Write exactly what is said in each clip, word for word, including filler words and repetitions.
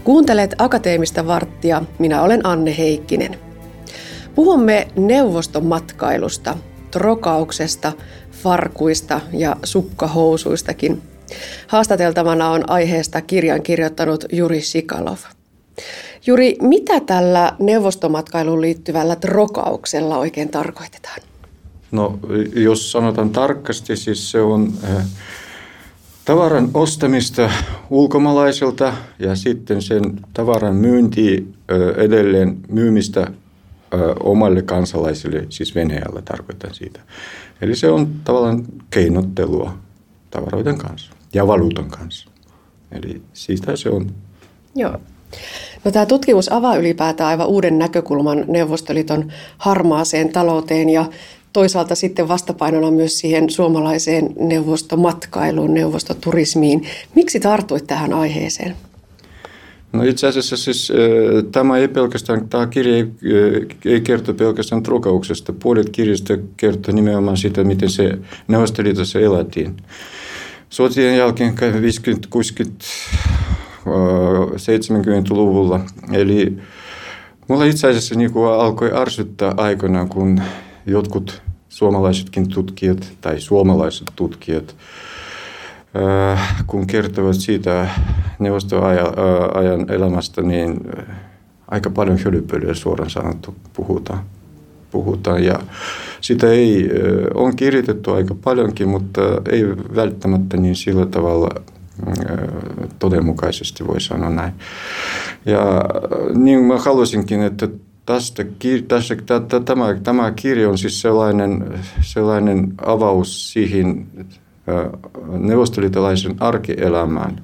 Kuuntelet Akateemista varttia. Minä olen Anne Heikkinen. Puhumme neuvostomatkailusta, trokauksesta, farkuista ja sukkahousuistakin. Haastateltavana on aiheesta kirjan kirjoittanut Juri Šikalov. Juri, mitä tällä neuvostomatkailuun liittyvällä trokauksella oikein tarkoitetaan? No, jos sanotaan tarkasti, siis se on äh, tavaran ostamista ulkomaalaisilta ja sitten sen tavaran myynti äh, edelleen myymistä äh, omalle kansalaisille, siis Venäjällä tarkoitan siitä. Eli se on tavallaan keinottelua tavaroiden kanssa ja valuutan kanssa. Eli siitä se on. Joo. No, tämä tutkimus avaa ylipäätään aivan uuden näkökulman Neuvostoliiton harmaaseen talouteen ja toisaalta sitten vastapainona myös siihen suomalaiseen neuvostomatkailuun, neuvostoturismiin. Miksi tartuit tähän aiheeseen? No, itse asiassa siis tämä ei pelkästään, tämä kirja ei, ei kerto pelkästään trokauksesta. Puolet kirjasta kertoo nimenomaan sitä, miten se Neuvostoliitossa elätiin. Sotien jälkeen viisikymmentä, kuusikymmentä, seitsemänkymmentäluvulla. Eli mulla itse asiassa niin kuin alkoi arsuttaa aikoinaan, kun jotkut suomalaisetkin tutkijat tai suomalaiset tutkijat, kun kertovat siitä neuvostoajan elämästä, niin aika paljon hölynpölyä suoraan sanottu puhutaan. puhutaan. Ja sitä ei, on kirjoitettu aika paljonkin, mutta ei välttämättä niin sillä tavalla todenmukaisesti voi sanoa näin. Ja niin mä haluaisinkin, että tästä, tästä, tämä, tämä kirja on siis sellainen, sellainen avaus siihen neuvostoliitolaisen arkielämään.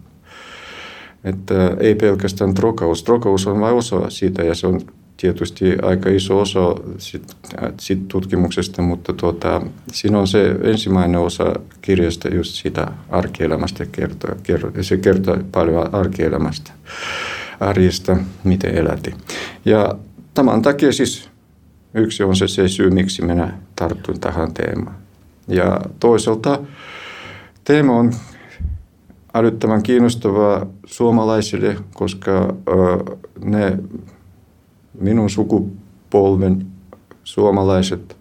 Että ei pelkästään trokaus. Trokaus on vain osa siitä ja se on tietysti aika iso osa sit, sit tutkimuksesta, mutta tuota, siinä on se ensimmäinen osa kirjasta just sitä arkielämästä kertoo. Se kertoo paljon arkielämästä, arjesta, miten eläti. Ja tämän takia siis yksi on se, se syy, miksi minä tartun tähän teemaan. Ja toisaalta teema on älyttömän kiinnostavaa suomalaisille, koska ne minun sukupolven suomalaiset,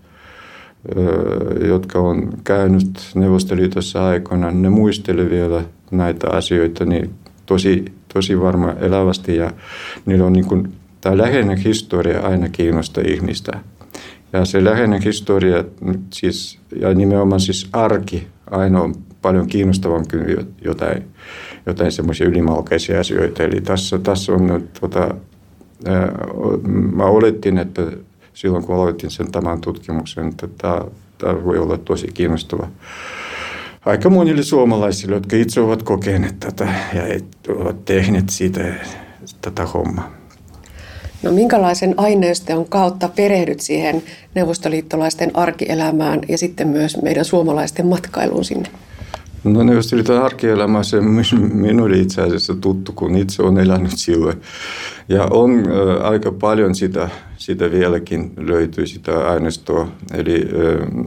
jotka on käynyt Neuvostoliitossa aikoinaan, ne muistelee vielä näitä asioita niin tosi, tosi varmaan elävästi ja niillä on niin kuin, tämä läheinen historia aina kiinnostaa ihmistä. Ja se läheinen historia siis, ja nimenomaan siis arki aina on paljon kiinnostavampi kuin jotain, jotain semmoisia ylimalkaisia asioita. Eli tässä, tässä on tuota, ää, mä olettiin, että silloin kun aloitin sen tämän tutkimuksen, että tämä, tämä voi olla tosi kiinnostava aika monille suomalaisille, jotka itse ovat kokeneet tätä ja ovat tehneet siitä tätä hommaa. No, minkälaisen aineiston kautta perehdyt siihen neuvostoliittolaisten arkielämään ja sitten myös meidän suomalaisten matkailuun sinne? No, neuvostoliiton arkielämä se minulle itse asiassa tuttu, kun itse olen elänyt silloin. Ja on äh, aika paljon sitä, sitä vieläkin löytyy sitä aineistoa. Eli äh,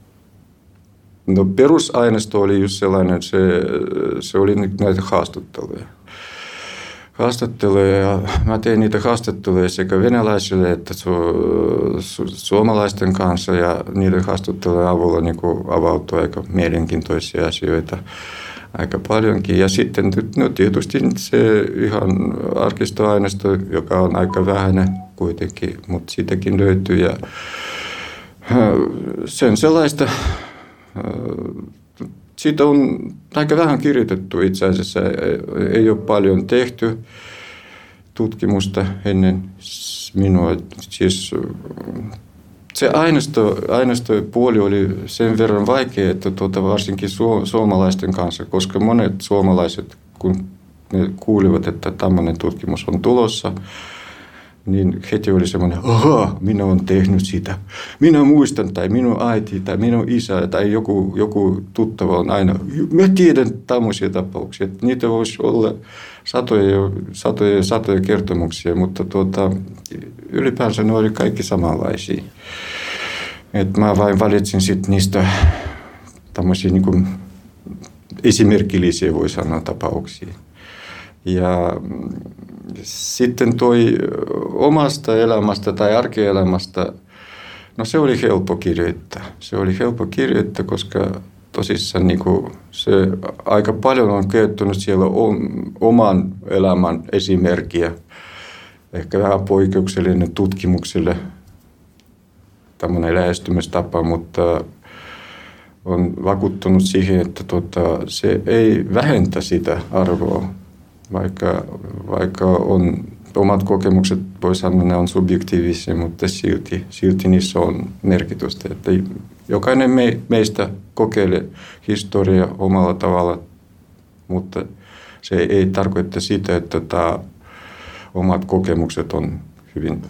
no, perusaineisto oli just sellainen, se, se oli näitä haastatteluja. haastatteluja ja mä tein niitä haastatteluja sekä venäläisille että su- su- suomalaisten kanssa ja niiden haastattelujen avulla niin kuin avautui aika mielenkiintoisia asioita aika paljonkin. Ja sitten no tietysti se ihan arkistoaineisto, joka on aika vähäinen kuitenkin, mutta siitäkin löytyy ja sen sellaista. Siitä on aika vähän kirjoitettu itse asiassa, ei ole paljon tehty tutkimusta ennen minua. Siis se aineisto, aineistopuoli oli sen verran vaikea, että tuota, varsinkin su, suomalaisten kanssa, koska monet suomalaiset, kun ne kuulivat, että tämmöinen tutkimus on tulossa, niin heti oli semmoinen, oha, minä olen tehnyt sitä. Minä muistan, tai minun äiti, tai minun isä, tai joku, joku tuttava on aina, mä tiedän tämmöisiä tapauksia. Niitä voisi olla satoja, satoja, satoja kertomuksia, mutta tuota, ylipäänsä ne oli kaikki samanlaisia. Et mä vain valitsin sitten niistä tämmöisiä niin kuin esimerkillisiä, voi sanoa, tapauksia. Ja sitten toi omasta elämästä tai arkielämästä, no se oli helppo kirjoittaa. Se oli helppo kirjoittaa, koska tosissaan niin kuin se aika paljon on kertonut siellä oman elämän esimerkkiä. Ehkä vähän poikkeuksellinen tutkimukselle tämmöinen lähestymistapa, mutta on vakuuttunut siihen, että tota, se ei vähentä sitä arvoa, vaikka, vaikka on omat kokemukset, voi sanoa, ne on subjektiivisia, mutta silti, silti niissä on merkitystä. Että jokainen me, meistä kokeilee historiaa omalla tavalla, mutta se ei tarkoita sitä, että tämä omat kokemukset on hyvin,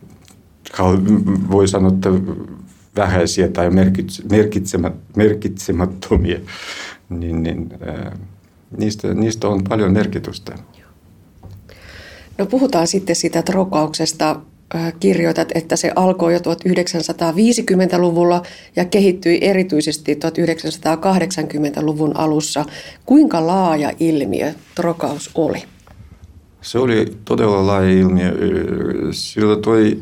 voi sanoa, että vähäisiä tai merkitsemät, merkitsemättömiä, niin, niin ää, niistä, niistä on paljon merkitystä. No puhutaan sitten siitä trokauksesta. Kirjoitat, että se alkoi jo tuhatyhdeksänsataaviisikymmentäluvulla ja kehittyi erityisesti tuhatyhdeksänsataakahdeksankymmentäluvun alussa. Kuinka laaja ilmiö trokaus oli? Se oli todella laaja ilmiö. Sillä toi,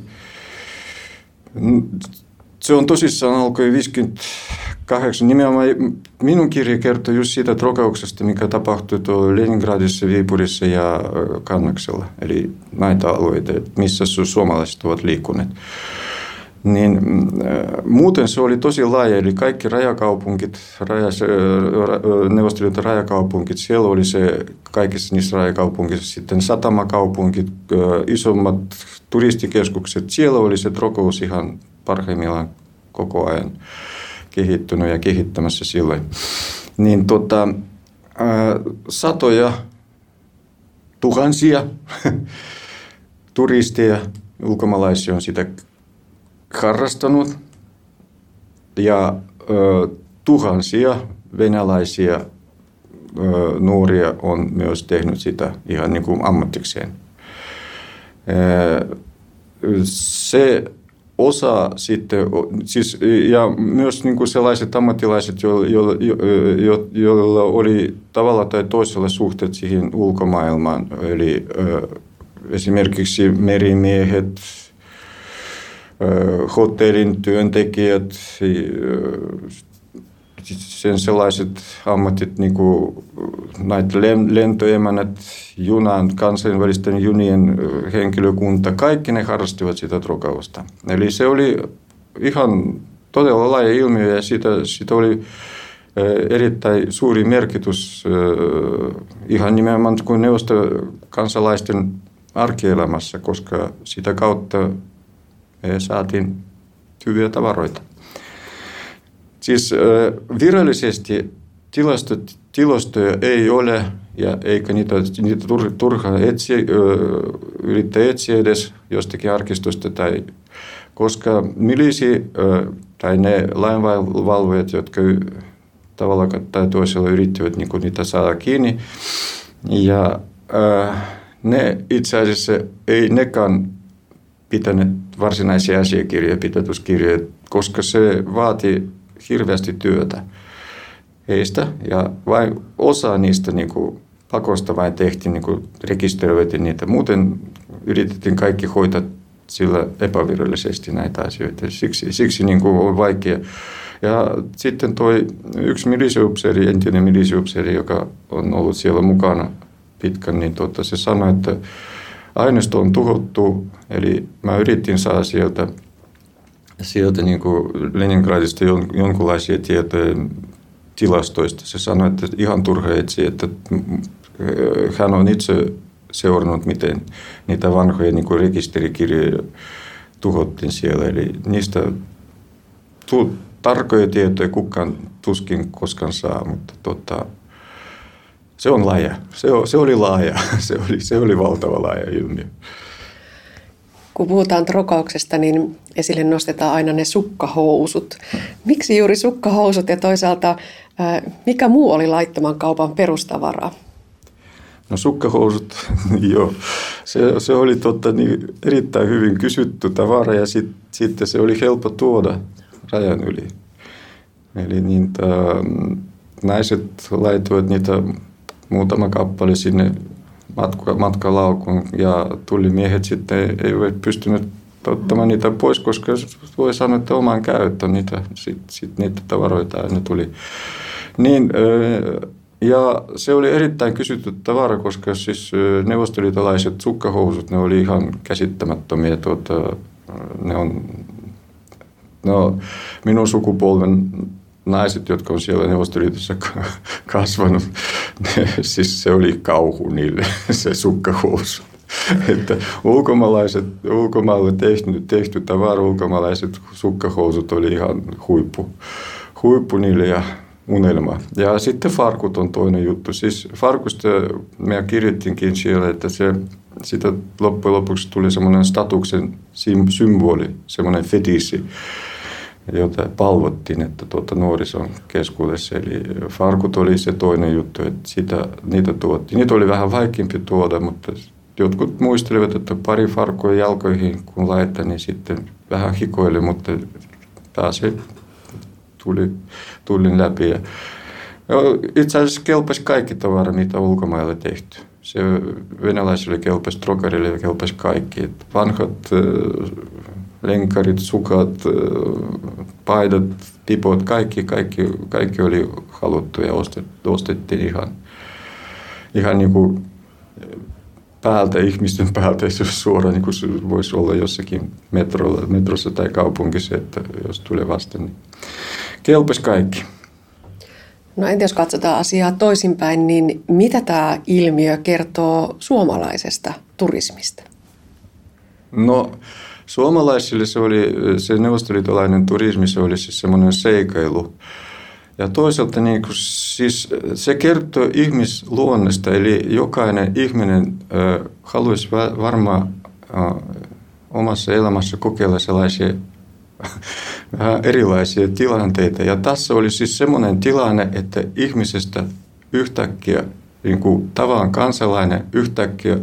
se on tosissaan alkoi viisikymmentäkahdeksan. Nimenomaan minun kirja kertoo just siitä trokauksesta, mikä tapahtui tuolla Leningradissa, Viipurissa ja Kannaksella. Eli näitä alueita, missä suomalaiset ovat liikkuneet. Niin, äh, muuten se oli tosi laaja, eli kaikki rajakaupunkit, rajas, äh, Neuvostoliiton rajakaupunkit, siellä oli se kaikissa niissä rajakaupunkissa sitten satamakaupunkit, äh, isommat turistikeskukset, siellä oli se trokous ihan parhaimmillaan koko ajan kehittynyt ja kehittämässä silloin. Niin tota, äh, satoja, tuhansia turisteja, ulkomaalaisia on sitä harrastanut ja ö, tuhansia venäläisiä ö, nuoria on myös tehnyt sitä ihan niin kuin ammatikseen. Ö, se osa sitten, siis, ja myös niin kuin sellaiset ammattilaiset, joilla, joilla, jo, joilla oli tavalla tai toisella suhteet siihen ulkomaailmaan, eli ö, esimerkiksi merimiehet, hotellin työntekijät, sen sellaiset ammatit, niin kuin näitä lentoemänät, junan, kansainvälisten junien henkilökunta, kaikki ne harrastivat sitä trokausta. Eli se oli ihan todella laaja ilmiö ja siitä, siitä oli erittäin suuri merkitys ihan nimenomaan kuin neuvostokansalaisten arkielämässä, koska sitä kautta saatiin hyviä tavaroita. Siis virallisesti tilastot, tilastoja ei ole, ja eikä niitä, niitä turhaa etsiä, yrittää etsiä edes jostakin arkistosta, tai, koska milisi tai ne lainvalvojat, jotka tavalla tai toisella yrittivät niin niitä saada kiinni, ja ne itse asiassa ei nekaan pitäneet varsinaisia asiakirjoja, pidätyskirjoja, koska se vaati hirveästi työtä heistä. Ja vain osa niistä niin kuin, pakosta vain tehtiin, niin kuin, rekisteröitiin niitä. Muuten yritettiin kaikki hoitaa sillä epävirallisesti näitä asioita. Siksi, siksi niin kuin, on vaikea. Ja sitten toi yksi milisiupseeri, entinen milisiupseeri, joka on ollut siellä mukana pitkän, niin tuota, se sanoi, että aineisto on tuhottu, eli mä yritin saada sieltä, sieltä niin kuin Leningradista jon, jonkinlaisia tietoja tilastoista. Se sanoi, että ihan turha etsiä, että hän on itse seurannut, miten niitä vanhoja niin kuin rekisterikirjoja tuhottiin siellä. Eli niistä tu, tarkoja tietoja kukaan tuskin koskaan saa, mutta tota, se on laaja. Se, se oli laaja. Se oli, se oli valtava laaja ilmiö. Kun puhutaan trokauksesta, niin esille nostetaan aina ne sukkahousut. Miksi juuri sukkahousut ja toisaalta mikä muu oli laittoman kaupan perustavaraa? No sukkahousut, joo. Se, se oli totta, niin erittäin hyvin kysytty tavara ja sit, sitten se oli helppo tuoda rajan yli. Eli niitä, naiset laitoivat niitä muutama kappale sinne matka, matkalaukun ja tullimiehet sitten eivät pystyneet ottamaan niitä pois, koska voi sanoa, että oman käyttöön niitä, sit, sit niitä tavaroita aina tuli. Niin, ja se oli erittäin kysytty tavara, koska siis neuvostoliitolaiset sukkahousut, ne oli ihan käsittämättömiä. Tuota, ne on, no, minun sukupolven naiset, jotka on siellä Neuvostoliitossa kasvanut, ne, siis se oli kauhu niille, se sukkahousu. Että ulkomaalaiset, ulkomaille tehty, tehty tavara, ulkomaalaiset sukkahousut oli ihan huippu, huippu niille ja unelma. Ja sitten farkut on toinen juttu. Siis farkusta me kirjoittinkin siellä, että se, sitä loppujen lopuksi tuli semmoinen statuksen symboli, semmoinen fetissi, jota palvottiin, että tuota nuorison keskuudessa. Eli farkut oli se toinen juttu, että sitä, niitä tuotiin. Niitä oli vähän vaikeampi tuoda, mutta jotkut muistelivat, että pari farkkoja jalkoihin kun laittaa, niin sitten vähän hikoili, mutta pääsi tuli, tulin läpi. Ja itse asiassa kelpasi kaikki tavara, mitä ulkomailla tehty. Se venäläisille kelpasi, trokarille kelpasi kaikki. Et vanhat lenkarit, sukat, paidat, pipot, kaikki, kaikki, kaikki oli haluttu ja ostettiin ihan, ihan niin kuin päältä, ihmisten päältä, ei se suoraan niin kuin voisi olla jossakin metrolla, metrossa tai kaupungissa, että jos tulee vastaan, niin kelpasi kaikki. No entä jos katsotaan asiaa toisinpäin, niin mitä tämä ilmiö kertoo suomalaisesta turismista? No suomalaisille se oli, se neuvostoliitolainen turismi, se oli siis semmoinen seikailu. Ja toisaalta niin kuin, siis se kertoo ihmisluonnesta, eli jokainen ihminen ö, haluaisi varmaan omassa elämässä kokeilla sellaisia vähän erilaisia tilanteita. Ja tässä oli siis semmoinen tilanne, että ihmisestä yhtäkkiä, niin kuin tavan kansalainen yhtäkkiä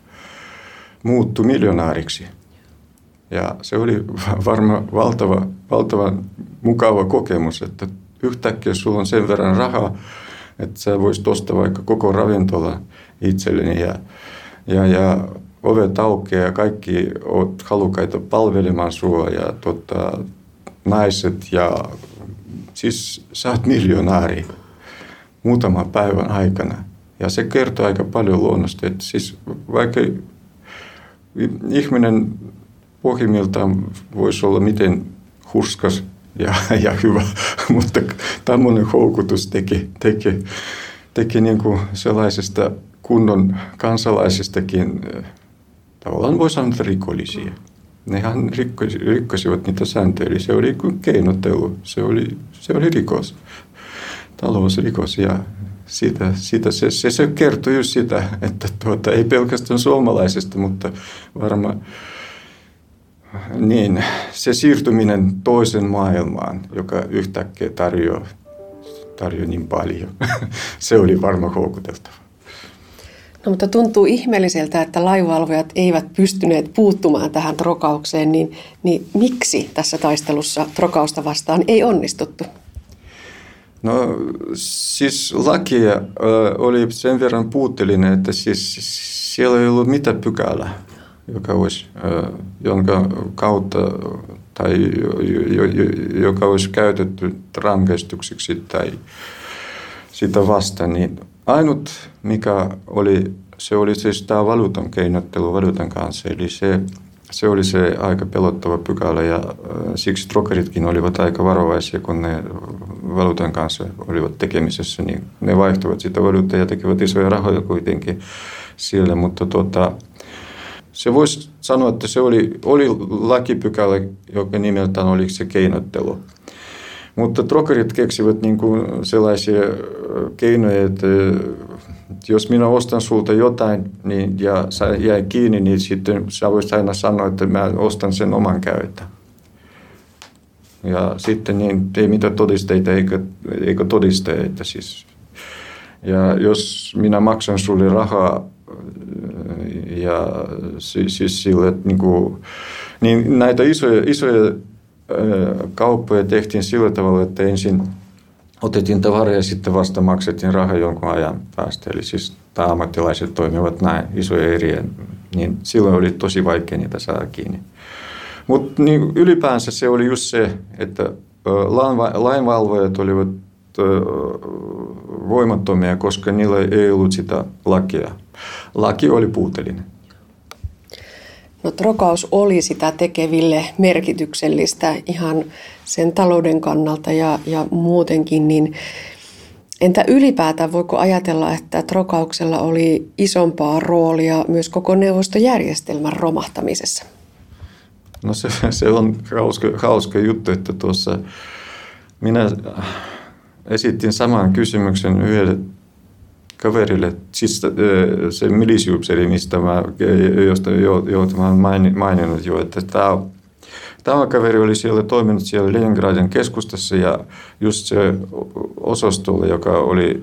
muuttui miljonääriksi. Ja se oli varmaan valtava, valtava mukava kokemus, että yhtäkkiä sulla on sen verran rahaa, että sä voisit ostaa vaikka koko ravintola itselleni ja, ja, ja ovet aukeaa ja kaikki oot halukkaita palvelemaan sua ja tota, naiset ja siis sä oot miljonääri muutaman päivän aikana. Ja se kertoo aika paljon luonnosta, että siis vaikka ihminen pohjimmiltaan voisi olla miten hurskas ja, ja hyvä, mutta tämmöinen houkutus teki, teki, teki niin kuin sellaisesta kunnon kansalaisistakin, tavallaan voi sanoa rikollisia. Nehän rikkosi, rikkosivat niitä sääntöjä, eli se oli keinottelu, se oli, se oli rikos, talousrikos ja siitä, siitä se, se, se kertoi just sitä, että tuota, ei pelkästään suomalaisesta, mutta varmaan niin, se siirtyminen toisen maailmaan, joka yhtäkkiä tarjoaa, tarjoaa niin paljon, se oli varmaan houkuteltava. No mutta tuntuu ihmeelliseltä, että lainvalvojat eivät pystyneet puuttumaan tähän trokaukseen, niin, niin miksi tässä taistelussa trokausta vastaan ei onnistuttu? No siis lakia äh, oli sen verran puutteellinen, että siis siellä ei ollut mitään pykälää, joka olisi, äh, jonka kautta tai jo, jo, joka olisi käytetty rangaistuksiksi tai sitä vastaan. Niin ainut, mikä oli, se oli siis tämä valuutan keinottelu valuutan kanssa, eli se, se oli se aika pelottava pykälä ja äh, siksi trokeritkin olivat aika varovaisia, kun ne valuutan kanssa olivat tekemisessä, niin ne vaihtuivat sitä valuuttaa ja tekevät isoja rahoja kuitenkin siellä, mutta tuota, se voisi sanoa, että se oli, oli lakipykälä, joka nimeltään oli se keinottelu. Mutta trokerit keksivät niin kuin sellaisia keinoja, että jos minä ostan sulta jotain niin, ja sä jäi kiinni, niin sitten sä voisit aina sanoa, että mä ostan sen oman käytön. Ja sitten niin, ei mitään todisteita eikä, eikä todisteita siis. Ja jos minä maksan sulle rahaa ja siis, siis sille, että niin, kuin, niin näitä isoja, isoja kauppoja tehtiin sillä tavalla, että ensin otettiin tavaraa ja sitten vasta maksettiin rahaa jonkun ajan päästä. Eli siis tai ammattilaiset toimivat näin isoja eriä, niin silloin oli tosi vaikea niitä saada kiinni. Mutta niin ylipäänsä se oli just se, että lainvalvojat olivat voimattomia, koska niillä ei ollut sitä lakia. Laki oli puutteellinen. No, trokaus oli sitä tekeville merkityksellistä ihan sen talouden kannalta ja, ja muutenkin, niin entä ylipäätään voiko ajatella, että trokauksella oli isompaa roolia myös koko neuvostojärjestelmän romahtamisessa? No se, se on hauska, hauska juttu, että tuossa minä esitin saman kysymyksen yhdelle kaverille, siis se milisiupseeri, mistä mä, josta jo, jo mä olen maininnut jo, että tämä, tämä kaveri oli siellä toiminut siellä Leningradin keskustassa ja just se osastolla, joka oli,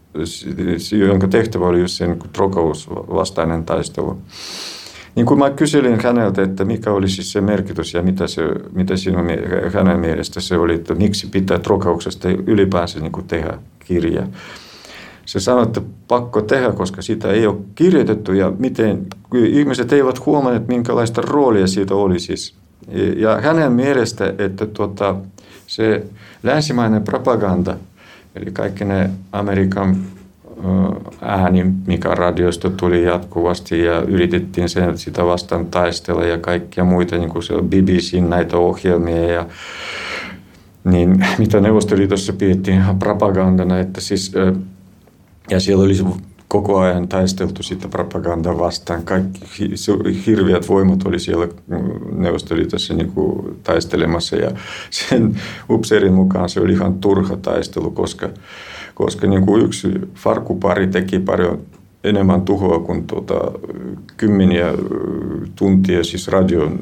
jonka tehtävä oli just sen trokausvastainen taistelu. Niin kun mä kyselin häneltä, että mikä oli siis se merkitys ja mitä, se, mitä sinun hänen mielestä se oli, että miksi pitää trokauksesta ylipäänsä niin kuin tehdä kirja. Se sanoi, että pakko tehdä, koska sitä ei ole kirjoitettu ja miten ihmiset eivät huomanneet, minkälaista roolia siitä oli siis. Ja hänen mielestä, että tuota, se länsimainen propaganda, eli kaikki ne Amerikan ääni, mikä radiosta tuli jatkuvasti ja yritettiin sen, sitä vastaan taistella ja kaikkia muita, niin kuin se B B C:n näitä ohjelmia ja niin, mitä Neuvostoliitossa pidettiin propagandana, että siis ja siellä oli koko ajan taisteltu sitä propagandaa vastaan. Kaikki hirveät voimat oli siellä Neuvostoliitossa niin kuin taistelemassa ja sen upseerin mukaan se oli ihan turha taistelu, koska, koska niin kuin yksi farkkupari teki paljon enemmän tuhoa kuin tuota, kymmeniä tuntia, siis radion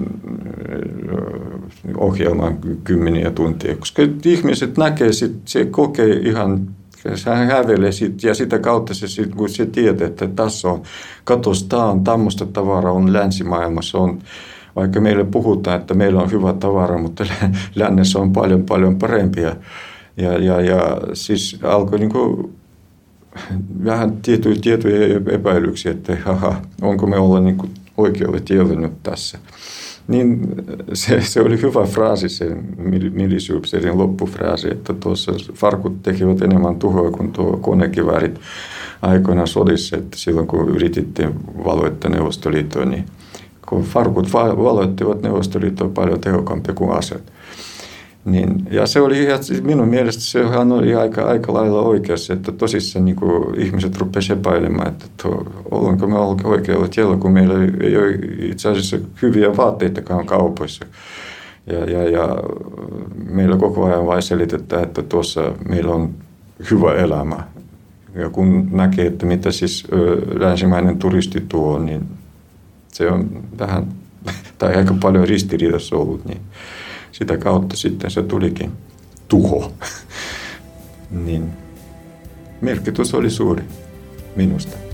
ohjelman kymmeniä tuntia, koska ihmiset näkee, se kokee ihan. Hän hävelee sit, ja sitä kautta se, sit, kun se tietää, että tässä on, katos, tämä on tämmöistä tavaraa, on länsimaailmassa, on, vaikka meille puhutaan, että meillä on hyvä tavara, mutta lännessä on paljon, paljon parempia. Ja, ja, ja siis alkoi niin kuin vähän tietoja, tietoja epäilyksiä, että haha, onko me olla niin kuin oikealle tielle nyt tässä. Niin se, se oli hyvä fraasi, se milisiupseerin loppufraasi, että tuossa farkut tekivät enemmän tuhoa kuin tuo konekiväärit aikoinaan sodissa, että silloin kun yritettiin valoittaa Neuvostoliittoa, niin kun farkut valoittivat Neuvostoliittoa paljon tehokkaampia kuin aseet. Niin, ja se oli minun mielestä sehän oli aika, aika lailla oikeassa, että tosissaan niin kuin ihmiset rupesivat epäilemään, että to, ollaanko me oikealla tiellä, kun meillä ei ole itse asiassa hyviä vaatteitakaan kaupoissa. Ja, ja, ja meillä koko ajan vain selitetään, että tuossa meillä on hyvä elämä. Ja kun näkee, että mitä siis länsimäinen turisti tuo, niin se on vähän, tai aika paljon ristiriidassa ollut, niin sitä kautta sitten se tulikin tuho. Niin merkitys oli suuri minusta.